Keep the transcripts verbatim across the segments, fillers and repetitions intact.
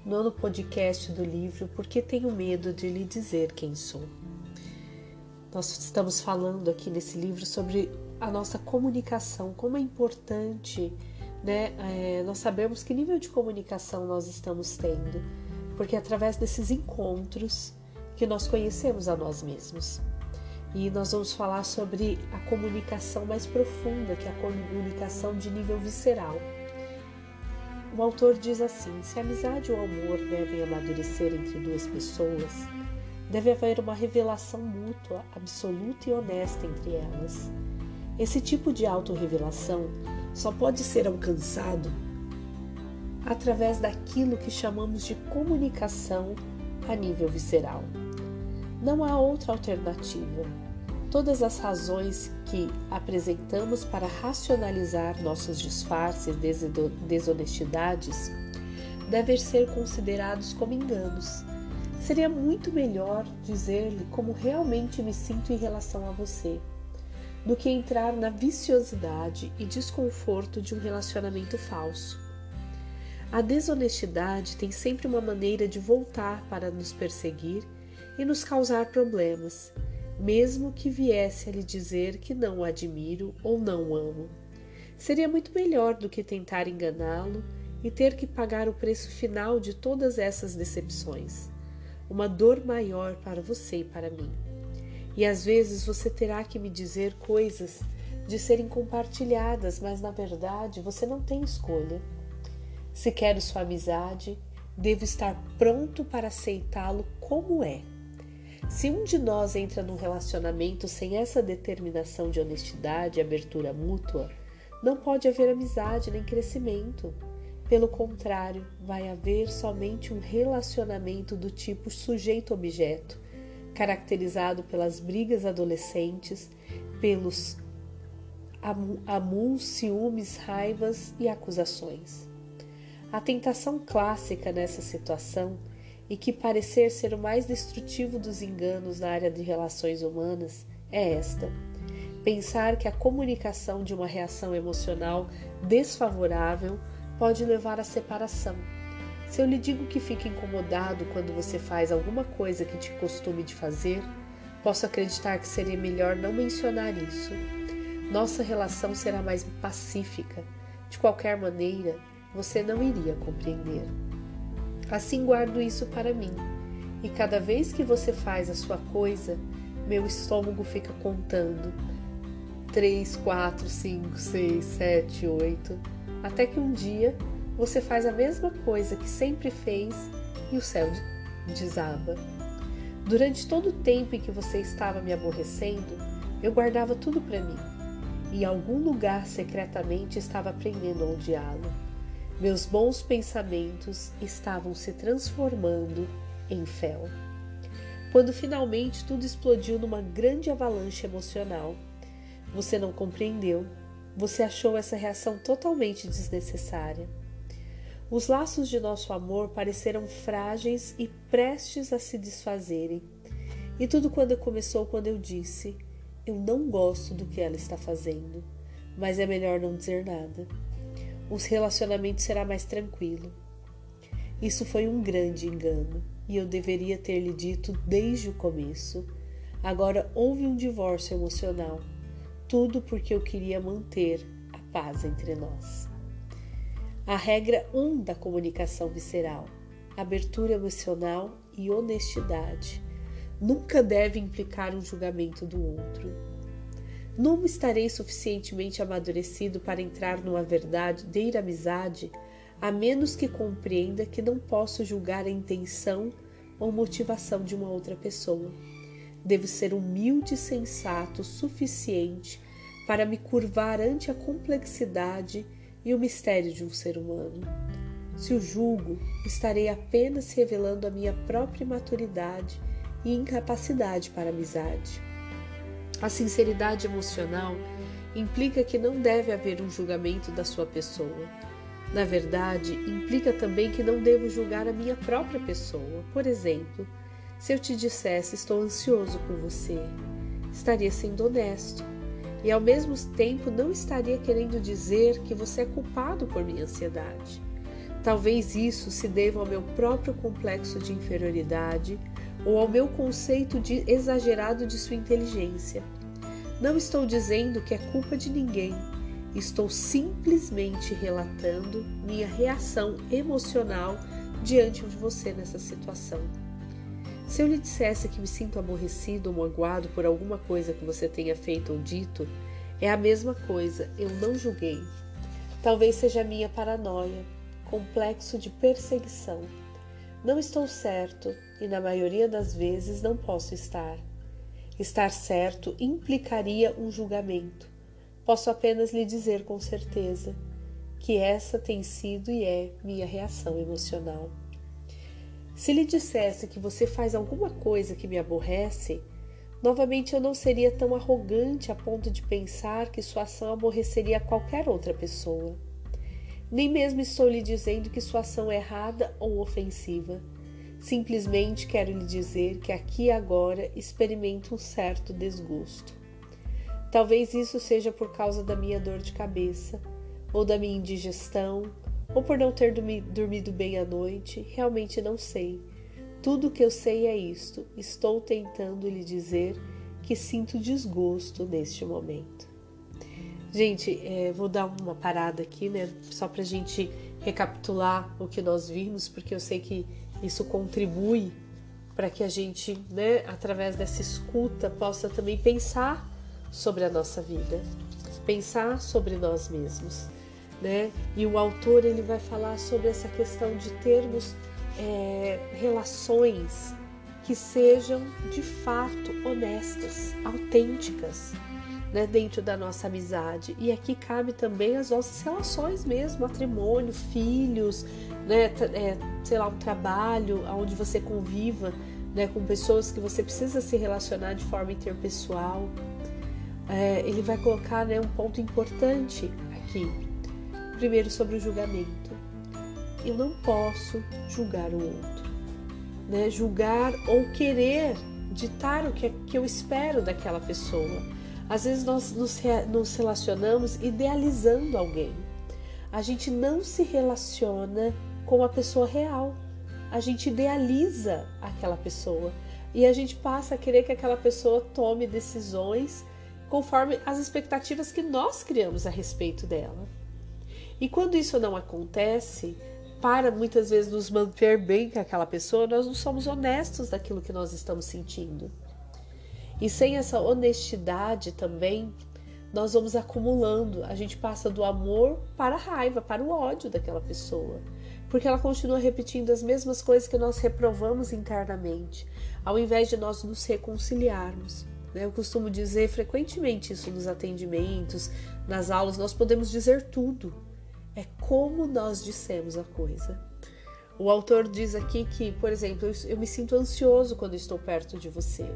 nono podcast do livro Por que Tenho Medo de Lhe Dizer Quem Sou. Nós estamos falando aqui nesse livro sobre a nossa comunicação, como é importante, né, é, nós sabemos que nível de comunicação nós estamos tendo, porque é através desses encontros que nós conhecemos a nós mesmos. E nós vamos falar sobre a comunicação mais profunda, que é a comunicação de nível visceral. O autor diz assim: se a amizade ou o amor devem amadurecer entre duas pessoas, deve haver uma revelação mútua, absoluta e honesta entre elas. Esse tipo de autorrevelação só pode ser alcançado através daquilo que chamamos de comunicação a nível visceral. Não há outra alternativa. Todas as razões que apresentamos para racionalizar nossos disfarces e desonestidades devem ser considerados como enganos. Seria muito melhor dizer-lhe como realmente me sinto em relação a você, do que entrar na viciosidade e desconforto de um relacionamento falso. A desonestidade tem sempre uma maneira de voltar para nos perseguir e nos causar problemas, mesmo que viesse a lhe dizer que não o admiro ou não o amo. Seria muito melhor do que tentar enganá-lo e ter que pagar o preço final de todas essas decepções. Uma dor maior para você e para mim. E às vezes você terá que me dizer coisas de serem compartilhadas, mas na verdade você não tem escolha. Se quero sua amizade, devo estar pronto para aceitá-lo como é. Se um de nós entra num relacionamento sem essa determinação de honestidade e abertura mútua, não pode haver amizade nem crescimento. Pelo contrário, vai haver somente um relacionamento do tipo sujeito-objeto, caracterizado pelas brigas adolescentes, pelos amuos, ciúmes, raivas e acusações. A tentação clássica nessa situação, e que parecer ser o mais destrutivo dos enganos na área de relações humanas, é esta: pensar que a comunicação de uma reação emocional desfavorável pode levar à separação. Se eu lhe digo que fica incomodado quando você faz alguma coisa que te costume de fazer, posso acreditar que seria melhor não mencionar isso. Nossa relação será mais pacífica. De qualquer maneira, você não iria compreender. Assim guardo isso para mim, e cada vez que você faz a sua coisa, meu estômago fica contando três, quatro, cinco, seis, sete, oito, até que um dia você faz a mesma coisa que sempre fez e o céu desaba. Durante todo o tempo em que você estava me aborrecendo, eu guardava tudo para mim, e em algum lugar secretamente estava aprendendo a odiá-lo. Meus bons pensamentos estavam se transformando em fel. Quando finalmente tudo explodiu numa grande avalanche emocional, você não compreendeu. Você achou essa reação totalmente desnecessária. Os laços de nosso amor pareceram frágeis e prestes a se desfazerem. E tudo quando começou quando eu disse: eu não gosto do que ela está fazendo, mas é melhor não dizer nada. O relacionamento será mais tranquilo. Isso foi um grande engano, e eu deveria ter lhe dito desde o começo. Agora houve um divórcio emocional, tudo porque eu queria manter a paz entre nós. A regra um da comunicação visceral: abertura emocional e honestidade. Nunca deve implicar um julgamento do outro. Não estarei suficientemente amadurecido para entrar numa verdadeira amizade, a menos que compreenda que não posso julgar a intenção ou motivação de uma outra pessoa. Devo ser humilde e sensato o suficiente para me curvar ante a complexidade e o mistério de um ser humano. Se o julgo, estarei apenas revelando a minha própria imaturidade e incapacidade para a amizade. A sinceridade emocional implica que não deve haver um julgamento da sua pessoa. Na verdade, implica também que não devo julgar a minha própria pessoa. Por exemplo, se eu te dissesse estou ansioso por você, estaria sendo honesto. E ao mesmo tempo não estaria querendo dizer que você é culpado por minha ansiedade. Talvez isso se deva ao meu próprio complexo de inferioridade ou ao meu conceito de exagerado de sua inteligência. Não estou dizendo que é culpa de ninguém. Estou simplesmente relatando minha reação emocional diante de você nessa situação. Se eu lhe dissesse que me sinto aborrecido ou magoado por alguma coisa que você tenha feito ou dito, é a mesma coisa, eu não julguei. Talvez seja minha paranoia, complexo de perseguição. Não estou certo e, na maioria das vezes, não posso estar. Estar certo implicaria um julgamento. Posso apenas lhe dizer com certeza que essa tem sido e é minha reação emocional. Se lhe dissesse que você faz alguma coisa que me aborrece, novamente eu não seria tão arrogante a ponto de pensar que sua ação aborreceria qualquer outra pessoa. Nem mesmo estou lhe dizendo que sua ação é errada ou ofensiva. Simplesmente quero lhe dizer que aqui e agora experimento um certo desgosto. Talvez isso seja por causa da minha dor de cabeça, ou da minha indigestão, ou por não ter dormido bem à noite, realmente não sei. Tudo o que eu sei é isto, estou tentando lhe dizer que sinto desgosto neste momento. Gente, é, vou dar uma parada aqui, né, só pra gente recapitular o que nós vimos, porque eu sei que isso contribui para que a gente, né, através dessa escuta, possa também pensar sobre a nossa vida, pensar sobre nós mesmos, né? E o autor ele vai falar sobre essa questão de termos é, relações que sejam de fato honestas, autênticas, né, dentro da nossa amizade. E aqui cabe também as nossas relações mesmo, matrimônio, filhos, né, é, sei lá, um trabalho onde você conviva, né, com pessoas que você precisa se relacionar de forma interpessoal. É, ele vai colocar, né, um ponto importante aqui. Primeiro, sobre o julgamento. Eu não posso julgar o outro, né? Julgar ou querer ditar o que, que eu espero daquela pessoa. Às vezes nós nos, nos relacionamos idealizando alguém. A gente não se relaciona com a pessoa real. A gente idealiza aquela pessoa e a gente passa a querer que aquela pessoa tome decisões conforme as expectativas que nós criamos a respeito dela. E quando isso não acontece, para muitas vezes nos manter bem com aquela pessoa, nós não somos honestos daquilo que nós estamos sentindo. E sem essa honestidade também, nós vamos acumulando, a gente passa do amor para a raiva, para o ódio daquela pessoa, porque ela continua repetindo as mesmas coisas que nós reprovamos internamente, ao invés de nós nos reconciliarmos. Eu costumo dizer frequentemente isso nos atendimentos, nas aulas, nós podemos dizer tudo. É como nós dissemos a coisa. O autor diz aqui que, por exemplo, eu me sinto ansioso quando estou perto de você.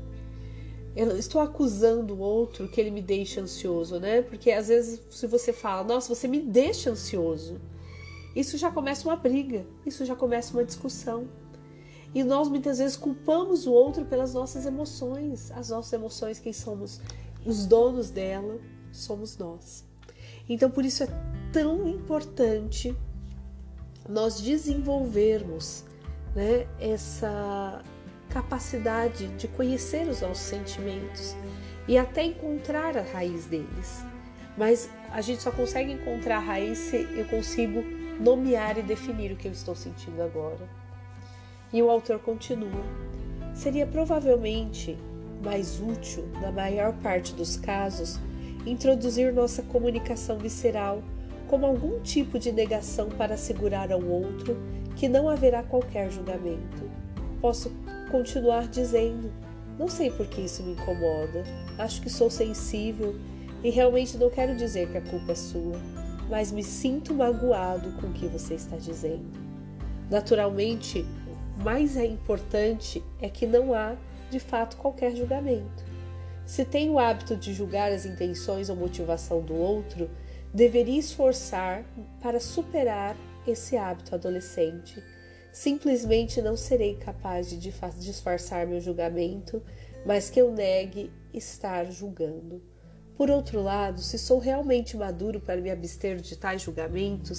Eu estou acusando o outro que ele me deixa ansioso, né? Porque às vezes se você fala, nossa, você me deixa ansioso, isso já começa uma briga, isso já começa uma discussão. E nós muitas vezes culpamos o outro pelas nossas emoções. As nossas emoções, quem somos os donos dela, somos nós. Então por isso é tão importante nós desenvolvermos, né, essa capacidade de conhecer os nossos sentimentos e até encontrar a raiz deles. Mas a gente só consegue encontrar a raiz se eu consigo nomear e definir o que eu estou sentindo agora. E o autor continua: seria provavelmente mais útil, na maior parte dos casos, introduzir nossa comunicação visceral como algum tipo de negação para assegurar ao outro que não haverá qualquer julgamento. Posso continuar dizendo: não sei por que isso me incomoda, acho que sou sensível e realmente não quero dizer que a culpa é sua, mas me sinto magoado com o que você está dizendo. Naturalmente, o mais importante é que não há, de fato, qualquer julgamento. Se tem o hábito de julgar as intenções ou motivação do outro, deveria esforçar para superar esse hábito adolescente. Simplesmente não serei capaz de disfarçar meu julgamento, mas que eu negue estar julgando. Por outro lado, se sou realmente maduro para me abster de tais julgamentos,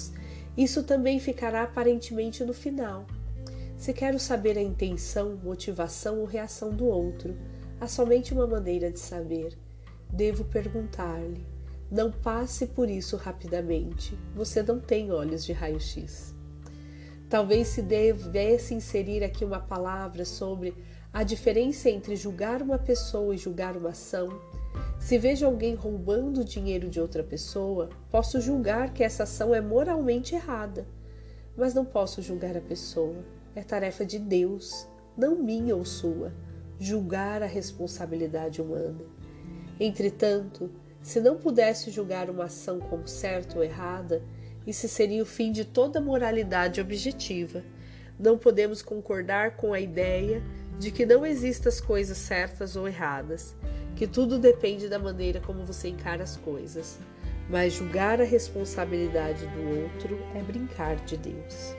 Isso também ficará aparentemente no final. Se quero saber a intenção, motivação ou reação do outro, há somente uma maneira de saber. Devo perguntar-lhe. Não passe por isso rapidamente. Você não tem olhos de raio-x. Talvez se devesse inserir aqui uma palavra sobre a diferença entre julgar uma pessoa e julgar uma ação. Se vejo alguém roubando o dinheiro de outra pessoa, posso julgar que essa ação é moralmente errada, mas não posso julgar a pessoa. É tarefa de Deus, não minha ou sua, julgar a responsabilidade humana. Entretanto, se não pudesse julgar uma ação como certa ou errada, isso seria o fim de toda moralidade objetiva. Não podemos concordar com a ideia de que não existem as coisas certas ou erradas, que tudo depende da maneira como você encara as coisas. Mas julgar a responsabilidade do outro é brincar de Deus.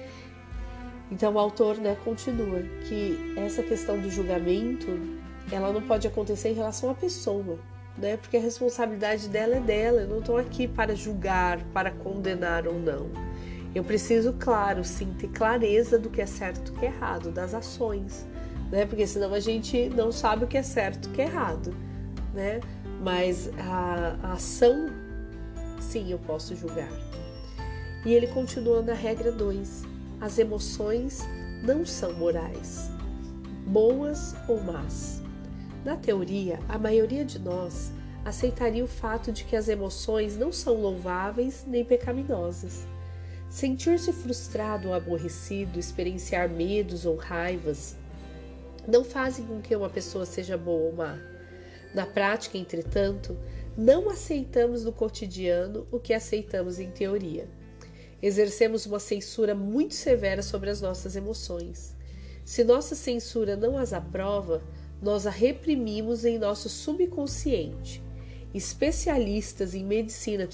Então o autor, né, continua que essa questão do julgamento, ela não pode acontecer em relação à pessoa, né, porque a responsabilidade dela é dela. Eu não estou aqui para julgar, para condenar ou não. Eu preciso, claro, sim, ter clareza do que é certo e o que é errado, das ações, né, porque senão a gente não sabe o que é certo e o que é errado, né, mas a, a ação, sim, eu posso julgar. E ele continua na regra dois. As emoções não são morais, boas ou más. Na teoria, a maioria de nós aceitaria o fato de que as emoções não são louváveis nem pecaminosas. Sentir-se frustrado ou aborrecido, experienciar medos ou raivas, não fazem com que uma pessoa seja boa ou má. Na prática, entretanto, não aceitamos no cotidiano o que aceitamos em teoria. Exercemos uma censura muito severa sobre as nossas emoções. Se nossa censura não as aprova, nós a reprimimos em nosso subconsciente. Especialistas em medicina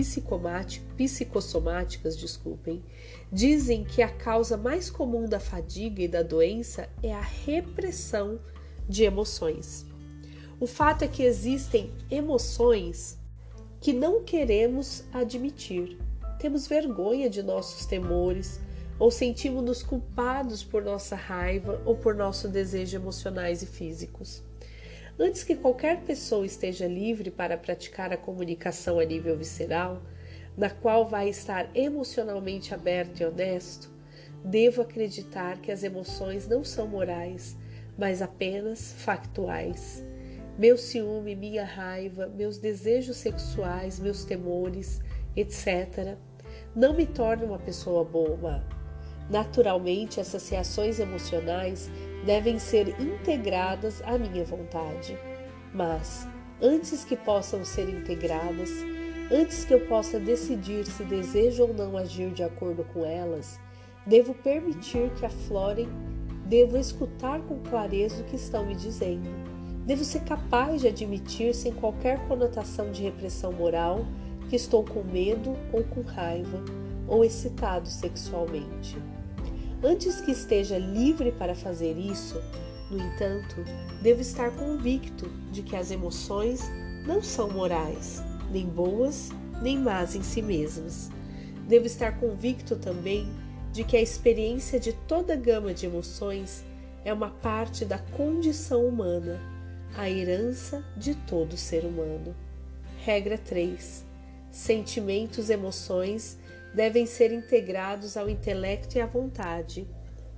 psicossomáticas, desculpem, dizem que a causa mais comum da fadiga e da doença é a repressão de emoções. O fato é que existem emoções que não queremos admitir. Temos vergonha de nossos temores ou sentimos-nos culpados por nossa raiva ou por nosso desejo emocionais e físicos. Antes que qualquer pessoa esteja livre para praticar a comunicação a nível visceral, na qual vai estar emocionalmente aberto e honesto, devo acreditar que as emoções não são morais, mas apenas factuais. Meu ciúme, minha raiva, meus desejos sexuais, meus temores, etcétera, não me tornam uma pessoa boa ou má. Naturalmente, essas reações emocionais devem ser integradas à minha vontade. Mas, antes que possam ser integradas, antes que eu possa decidir se desejo ou não agir de acordo com elas, devo permitir que aflorem, devo escutar com clareza o que estão me dizendo. Devo ser capaz de admitir, sem qualquer conotação de repressão moral, que estou com medo ou com raiva, ou excitado sexualmente. Antes que esteja livre para fazer isso, no entanto, devo estar convicto de que as emoções não são morais, nem boas, nem más em si mesmas. Devo estar convicto também de que a experiência de toda a gama de emoções é uma parte da condição humana, a herança de todo ser humano. Regra três. Sentimentos e emoções devem ser integrados ao intelecto e à vontade.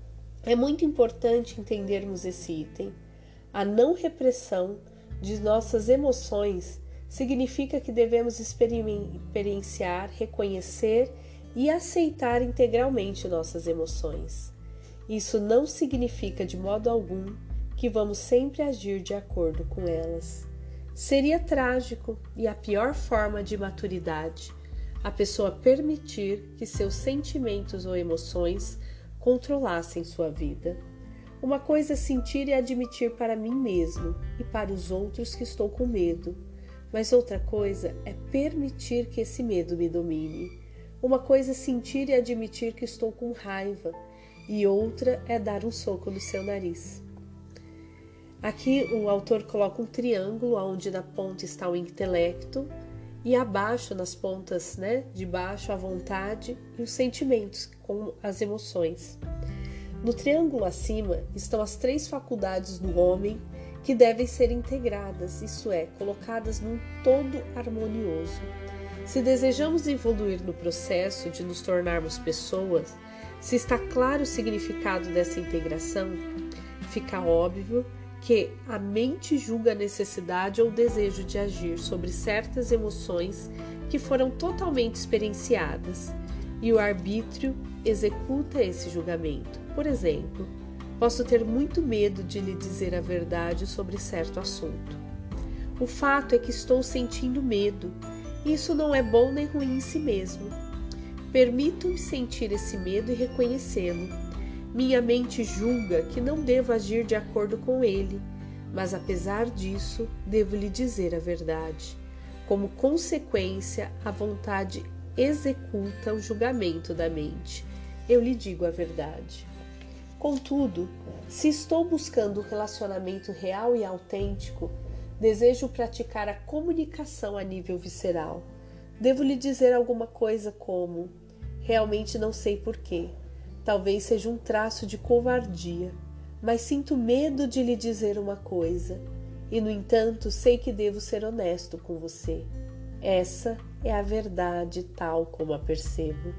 É muito importante entendermos esse item. A não repressão de nossas emoções significa que devemos experienciar, reconhecer e aceitar integralmente nossas emoções. Isso não significa de modo algum que vamos sempre agir de acordo com elas. Seria trágico e a pior forma de maturidade a pessoa permitir que seus sentimentos ou emoções controlassem sua vida. Uma coisa é sentir e admitir para mim mesmo e para os outros que estou com medo, mas outra coisa é permitir que esse medo me domine. Uma coisa é sentir e admitir que estou com raiva e outra é dar um soco no seu nariz. Aqui o autor coloca um triângulo onde na ponta está o intelecto e abaixo, nas pontas, né, de baixo, a vontade e os sentimentos, com as emoções. No triângulo acima estão as três faculdades do homem que devem ser integradas, isso é, colocadas num todo harmonioso. Se desejamos evoluir no processo de nos tornarmos pessoas, se está claro o significado dessa integração, fica óbvio que a mente julga a necessidade ou desejo de agir sobre certas emoções que foram totalmente experienciadas, e o arbítrio executa esse julgamento. Por exemplo, posso ter muito medo de lhe dizer a verdade sobre certo assunto. O fato é que estou sentindo medo, e isso não é bom nem ruim em si mesmo. Permito-me sentir esse medo e reconhecê-lo. Minha mente julga que não devo agir de acordo com ele, mas apesar disso, devo lhe dizer a verdade. Como consequência, a vontade executa o julgamento da mente. Eu lhe digo a verdade. Contudo, se estou buscando um relacionamento real e autêntico, desejo praticar a comunicação a nível visceral. Devo lhe dizer alguma coisa como: realmente não sei porquê. Talvez seja um traço de covardia, mas sinto medo de lhe dizer uma coisa, e no entanto sei que devo ser honesto com você. Essa é a verdade tal como a percebo.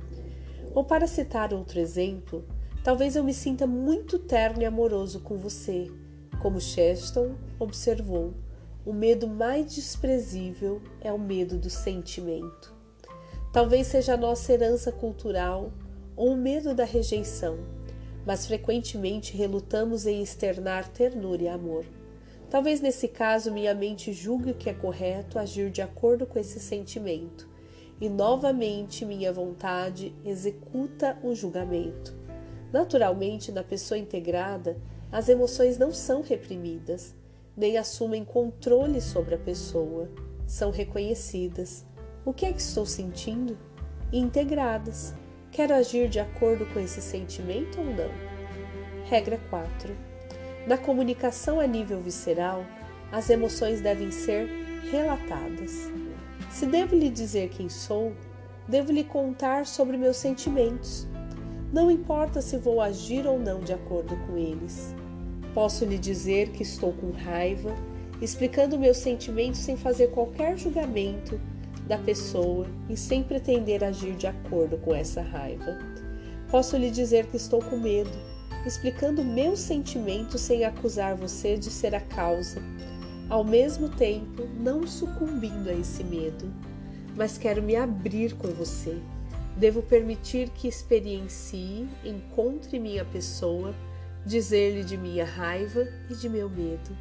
Ou para citar outro exemplo, talvez eu me sinta muito terno e amoroso com você. Como Chesterton observou, o medo mais desprezível é o medo do sentimento. Talvez seja a nossa herança cultural ou o medo da rejeição, mas frequentemente relutamos em externar ternura e amor. Talvez nesse caso minha mente julgue que é correto agir de acordo com esse sentimento, e novamente minha vontade executa o julgamento. Naturalmente, na pessoa integrada, as emoções não são reprimidas, nem assumem controle sobre a pessoa, são reconhecidas. O que é que estou sentindo? E integradas. Quero agir de acordo com esse sentimento ou não? Regra quatro. Na comunicação a nível visceral, as emoções devem ser relatadas. Se devo lhe dizer quem sou, devo lhe contar sobre meus sentimentos. Não importa se vou agir ou não de acordo com eles. Posso lhe dizer que estou com raiva, explicando meus sentimentos sem fazer qualquer julgamento da pessoa e sem pretender agir de acordo com essa raiva. Posso lhe dizer que estou com medo, explicando meus sentimentos sem acusar você de ser a causa, ao mesmo tempo não sucumbindo a esse medo, mas quero me abrir com você. Devo permitir que experiencie, encontre minha pessoa, dizer-lhe de minha raiva e de meu medo.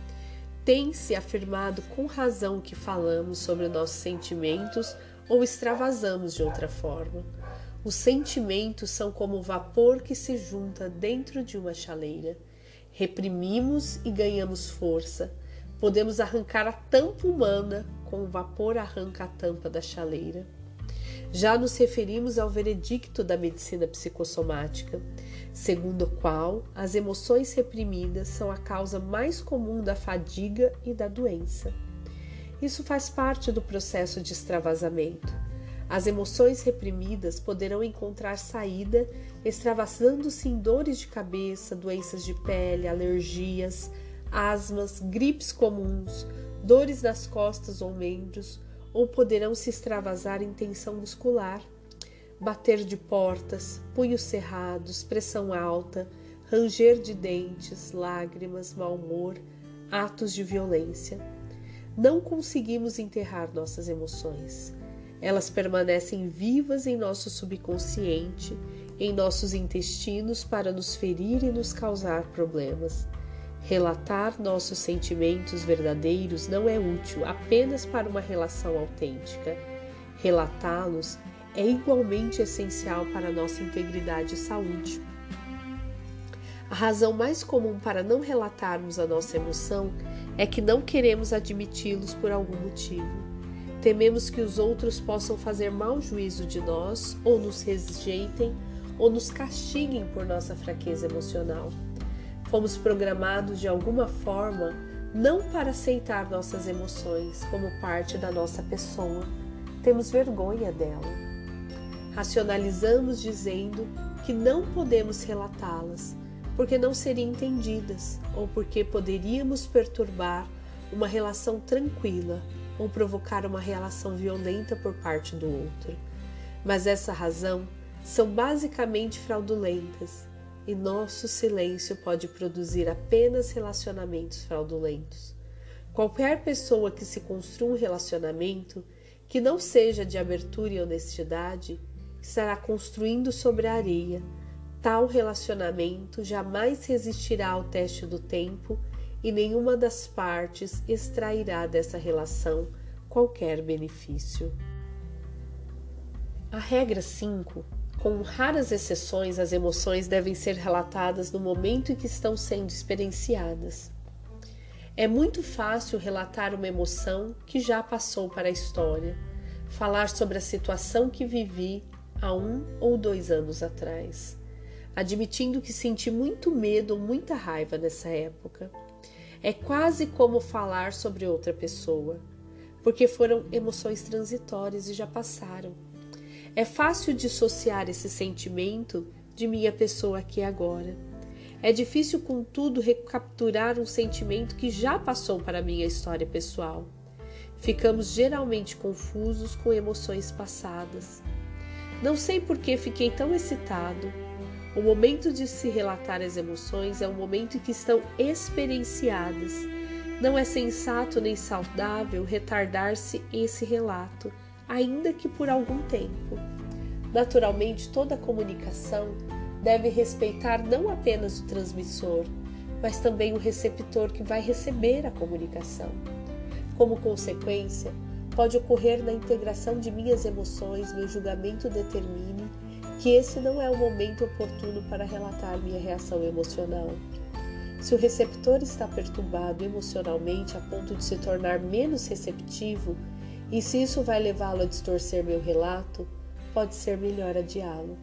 Tem-se afirmado com razão que falamos sobre nossos sentimentos ou extravasamos de outra forma. Os sentimentos são como o vapor que se junta dentro de uma chaleira. Reprimimos e ganhamos força. Podemos arrancar a tampa humana, com o vapor arranca a tampa da chaleira. Já nos referimos ao veredicto da medicina psicossomática, segundo o qual as emoções reprimidas são a causa mais comum da fadiga e da doença. Isso faz parte do processo de extravasamento. As emoções reprimidas poderão encontrar saída extravasando-se em dores de cabeça, doenças de pele, alergias, asmas, gripes comuns, dores nas costas ou membros, ou poderão se extravasar em tensão muscular, bater de portas, punhos cerrados, pressão alta, ranger de dentes, lágrimas, mau humor, atos de violência. Não conseguimos enterrar nossas emoções. Elas permanecem vivas em nosso subconsciente, em nossos intestinos para nos ferir e nos causar problemas. Relatar nossos sentimentos verdadeiros não é útil apenas para uma relação autêntica. Relatá-los é igualmente essencial para a nossa integridade e saúde. A razão mais comum para não relatarmos a nossa emoção é que não queremos admiti-los por algum motivo. Tememos que os outros possam fazer mau juízo de nós, ou nos rejeitem, ou nos castiguem por nossa fraqueza emocional. Fomos programados de alguma forma não para aceitar nossas emoções como parte da nossa pessoa. Temos vergonha dela. Racionalizamos dizendo que não podemos relatá-las, porque não seriam entendidas ou porque poderíamos perturbar uma relação tranquila ou provocar uma reação violenta por parte do outro. Mas essa razão são basicamente fraudulentas e nosso silêncio pode produzir apenas relacionamentos fraudulentos. Qualquer pessoa que se construa um relacionamento que não seja de abertura e honestidade estará construindo sobre a areia. Tal relacionamento jamais resistirá ao teste do tempo e nenhuma das partes extrairá dessa relação qualquer benefício. A regra cinco. Com raras exceções, as emoções devem ser relatadas no momento em que estão sendo experienciadas. É muito fácil relatar uma emoção que já passou para a história, falar sobre a situação que vivi há um ou dois anos atrás, admitindo que senti muito medo ou muita raiva nessa época. É quase como falar sobre outra pessoa, porque foram emoções transitórias e já passaram. É fácil dissociar esse sentimento de minha pessoa aqui e agora. É difícil, contudo, recapturar um sentimento que já passou para a minha história pessoal. Ficamos geralmente confusos com emoções passadas. Não sei por que fiquei tão excitado. O momento de se relatar as emoções é o momento em que estão experienciadas. Não é sensato nem saudável retardar-se esse relato, ainda que por algum tempo. Naturalmente, toda comunicação deve respeitar não apenas o transmissor, mas também o receptor que vai receber a comunicação. Como consequência, pode ocorrer na integração de minhas emoções, meu julgamento determine que esse não é o momento oportuno para relatar minha reação emocional. Se o receptor está perturbado emocionalmente a ponto de se tornar menos receptivo, e se isso vai levá-lo a distorcer meu relato, pode ser melhor adiá-lo.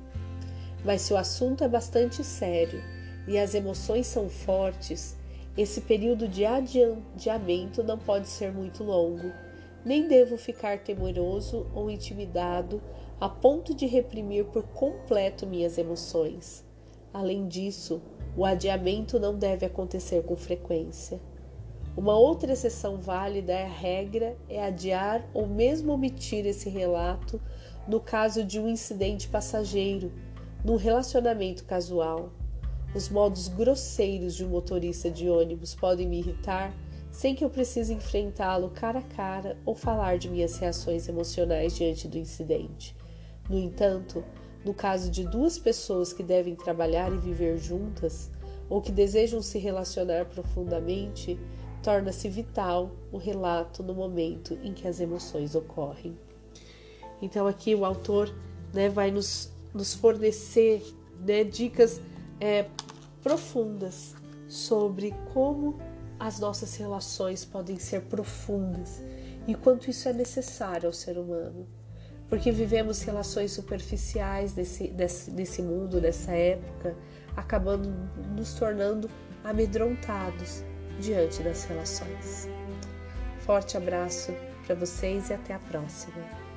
Mas se o assunto é bastante sério e as emoções são fortes, esse período de adiamento não pode ser muito longo, nem devo ficar temeroso ou intimidado a ponto de reprimir por completo minhas emoções. Além disso, o adiamento não deve acontecer com frequência. Uma outra exceção válida é a regra é adiar ou mesmo omitir esse relato no caso de um incidente passageiro, num relacionamento casual. Os modos grosseiros de um motorista de ônibus podem me irritar sem que eu precise enfrentá-lo cara a cara ou falar de minhas reações emocionais diante do incidente. No entanto, no caso de duas pessoas que devem trabalhar e viver juntas, ou que desejam se relacionar profundamente, torna-se vital o relato no momento em que as emoções ocorrem. Então aqui o autor, né, vai nos, nos fornecer, né, dicas é, profundas sobre como as nossas relações podem ser profundas e quanto isso é necessário ao ser humano. Porque vivemos relações superficiais desse, desse, desse mundo, dessa época, acabando nos tornando amedrontados diante das relações. Forte abraço para vocês e até a próxima.